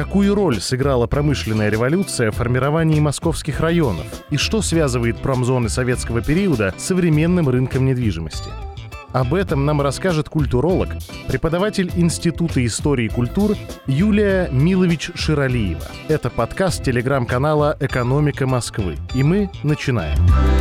Какую роль сыграла промышленная революция в формировании московских районов? И что связывает промзоны советского периода с современным рынком недвижимости? Об этом нам расскажет культуролог, преподаватель Института истории и культур Юлия Милович-Ширалиева. Это подкаст телеграм-канала «Экономика Москвы». И мы начинаем.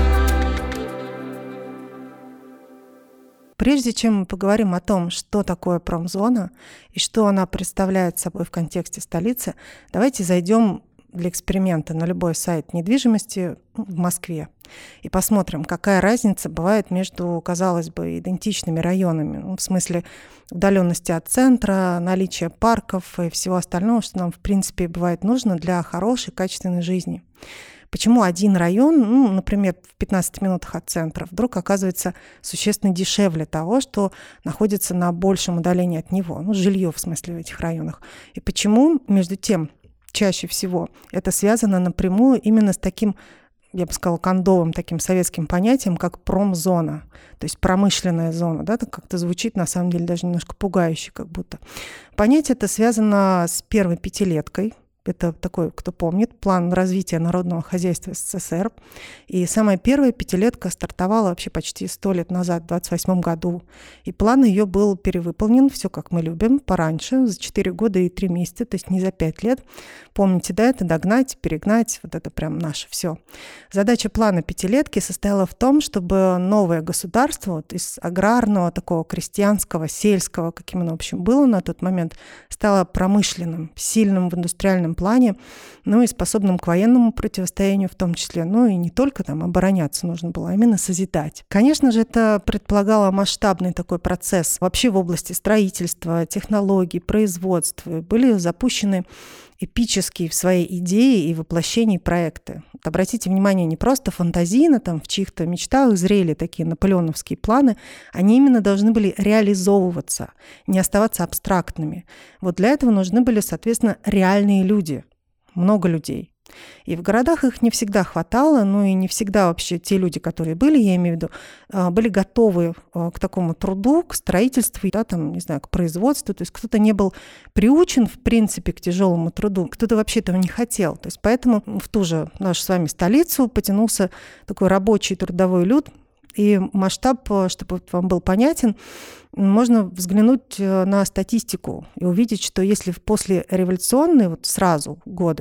Прежде чем мы поговорим о том, что такое промзона и что она представляет собой в контексте столицы, давайте зайдем для эксперимента на любой сайт недвижимости в Москве и посмотрим, какая разница бывает между, казалось бы, идентичными районами, в смысле удаленности от центра, наличия парков и всего остального, что нам, в принципе, бывает нужно для хорошей, качественной жизни. Почему один район, например, в 15 минутах от центра, вдруг оказывается существенно дешевле того, что находится на большем удалении от него, жилье в смысле в этих районах. И почему, между тем, чаще всего это связано напрямую именно с таким, я бы сказала, кондовым таким советским понятием, как промзона, то есть промышленная зона, да, так как-то звучит на самом деле даже немножко пугающе как будто. Понятие это связано с первой пятилеткой. Это такой, кто помнит, план развития народного хозяйства СССР. И самая первая пятилетка стартовала вообще почти 100 лет назад, в 1928 году. И план ее был перевыполнен, все как мы любим, пораньше, за 4 года и 3 месяца, то есть не за 5 лет. Помните, да, это догнать, перегнать, вот это прям наше все. Задача плана пятилетки состояла в том, чтобы новое государство вот из аграрного, такого крестьянского, сельского, каким оно, в общем, было на тот момент, стало промышленным, сильным в индустриальном плане, и способным к военному противостоянию в том числе, и не только там обороняться нужно было, а именно созидать. Конечно же, это предполагало масштабный такой процесс вообще в области строительства, технологий, производства. Были запущены эпические в своей идее и воплощении проекты. Вот обратите внимание, не просто фантазийно там в чьих-то мечтах зрели такие наполеоновские планы, они именно должны были реализовываться, не оставаться абстрактными. Вот для этого нужны были, соответственно, реальные люди, много людей. И в городах их не всегда хватало, и не всегда вообще те люди, которые были, я имею в виду, были готовы к такому труду, к строительству, к производству. То есть кто-то не был приучен, в принципе, к тяжелому труду, кто-то вообще этого не хотел. То есть поэтому в ту же нашу с вами столицу потянулся такой рабочий трудовой люд. И масштаб, чтобы вам был понятен, можно взглянуть на статистику и увидеть, что если в послереволюционные, сразу годы,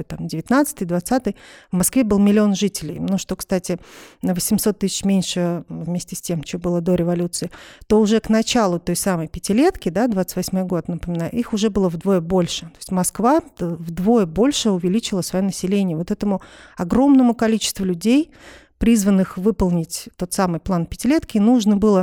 19-20, в Москве был 1 миллион жителей, что, кстати, на 800 тысяч меньше вместе с тем, что было до революции, то уже к началу той самой пятилетки, 28 год, напоминаю, их уже было вдвое больше. То есть Москва вдвое больше увеличила свое население. Вот этому огромному количеству людей, призванных выполнить тот самый план пятилетки, нужно было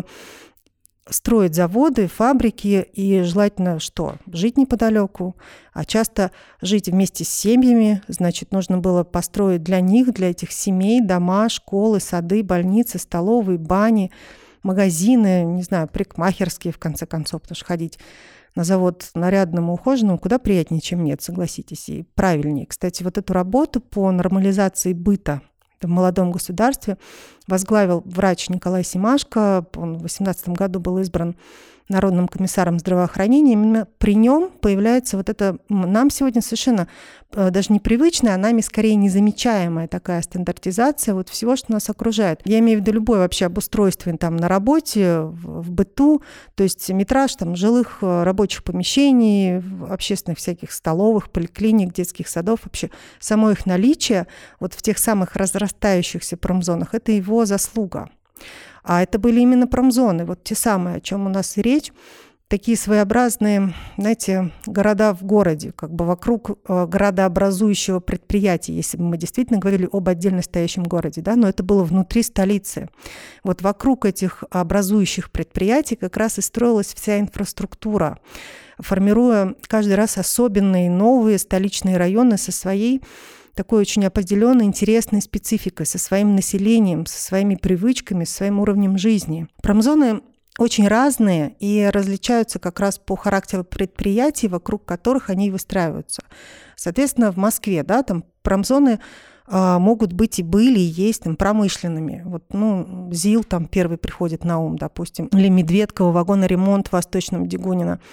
строить заводы, фабрики и желательно что? Жить неподалеку, а часто жить вместе с семьями. Значит, нужно было построить для них, для этих семей дома, школы, сады, больницы, столовые, бани, магазины, парикмахерские, в конце концов, потому что ходить на завод нарядному, ухоженному куда приятнее, чем нет, согласитесь, и правильнее. Кстати, вот эту работу по нормализации быта в молодом государстве возглавил врач Николай Семашко. Он в 2018 году был избран народным комиссаром здравоохранения. Именно при нем появляется вот это нам сегодня совершенно даже непривычная, а нами скорее незамечаемая такая стандартизация всего, что нас окружает. Я имею в виду любое вообще обустройство на работе, в быту, то есть метраж жилых рабочих помещений, общественных всяких столовых, поликлиник, детских садов, вообще само их наличие в тех самых разрастающихся промзонах, это его заслуга. А это были именно промзоны, те самые, о чем у нас и речь, такие своеобразные, города в городе, вокруг городообразующего предприятия, если бы мы действительно говорили об отдельно стоящем городе, но это было внутри столицы. Вокруг этих образующих предприятий как раз и строилась вся инфраструктура, формируя каждый раз особенные новые столичные районы со своей такой очень определенной, интересной спецификой, со своим населением, со своими привычками, со своим уровнем жизни. Промзоны очень разные и различаются как раз по характеру предприятий, вокруг которых они выстраиваются. Соответственно, в Москве, промзоны могут быть и были, и есть промышленными. ЗИЛ первый приходит на ум, допустим, или Медведково, вагоноремонт в Восточном Дегунино.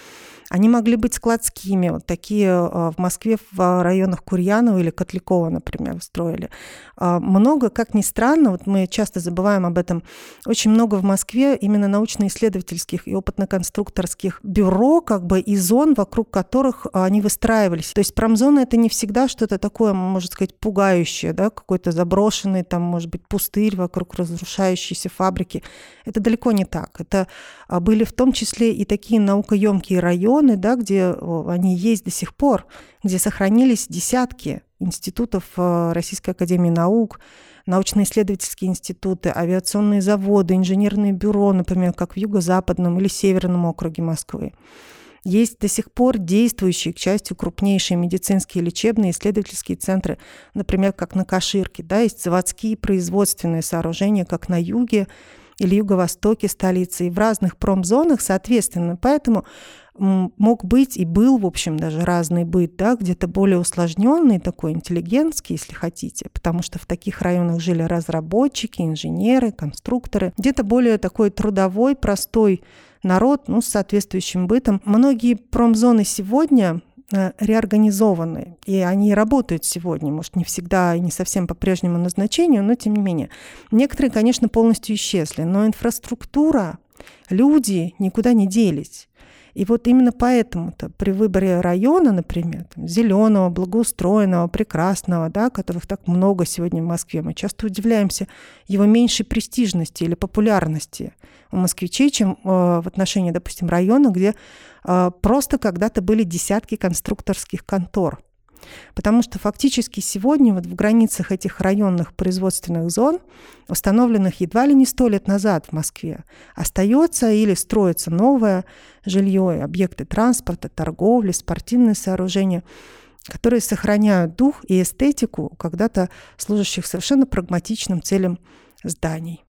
Они могли быть складскими. Вот такие в Москве в районах Курьянова или Котлякова, например, строили. Много, как ни странно, вот мы часто забываем об этом, очень много в Москве именно научно-исследовательских и опытно-конструкторских бюро и зон, вокруг которых они выстраивались. То есть промзона — это не всегда что-то такое, можно сказать, пугающее, да, какой-то заброшенный, там, может быть, пустырь вокруг разрушающейся фабрики. Это далеко не так. Это были в том числе и такие наукоемкие районы, да, где они есть до сих пор, где сохранились десятки институтов Российской академии наук, научно-исследовательские институты, авиационные заводы, инженерные бюро, например, как в Юго-Западном или Северном округе Москвы. Есть до сих пор действующие, к счастью, крупнейшие медицинские, лечебные, исследовательские центры, например, как на Каширке. Да, есть заводские производственные сооружения, как на юге или юго-востоке столицы, и в разных промзонах, соответственно. Поэтому мог быть и был, в общем, даже разный быт, да, где-то более усложненный, такой интеллигентский, если хотите, потому что в таких районах жили разработчики, инженеры, конструкторы, где-то более такой трудовой, простой народ, с соответствующим бытом. Многие промзоны сегодня реорганизованы, и они работают сегодня, может, не всегда и не совсем по прежнему назначению, но тем не менее. Некоторые, конечно, полностью исчезли, но инфраструктура, люди никуда не делись. И вот именно поэтому-то при выборе района, например, зеленого, благоустроенного, прекрасного, да, которых так много сегодня в Москве, мы часто удивляемся его меньшей престижности или популярности у москвичей, чем в отношении, допустим, района, где просто когда-то были десятки конструкторских контор. Потому что фактически сегодня в границах этих районных производственных зон, установленных едва ли не 100 лет назад в Москве, остается или строится новое жилье, объекты транспорта, торговли, спортивные сооружения, которые сохраняют дух и эстетику когда-то служащих совершенно прагматичным целям зданий.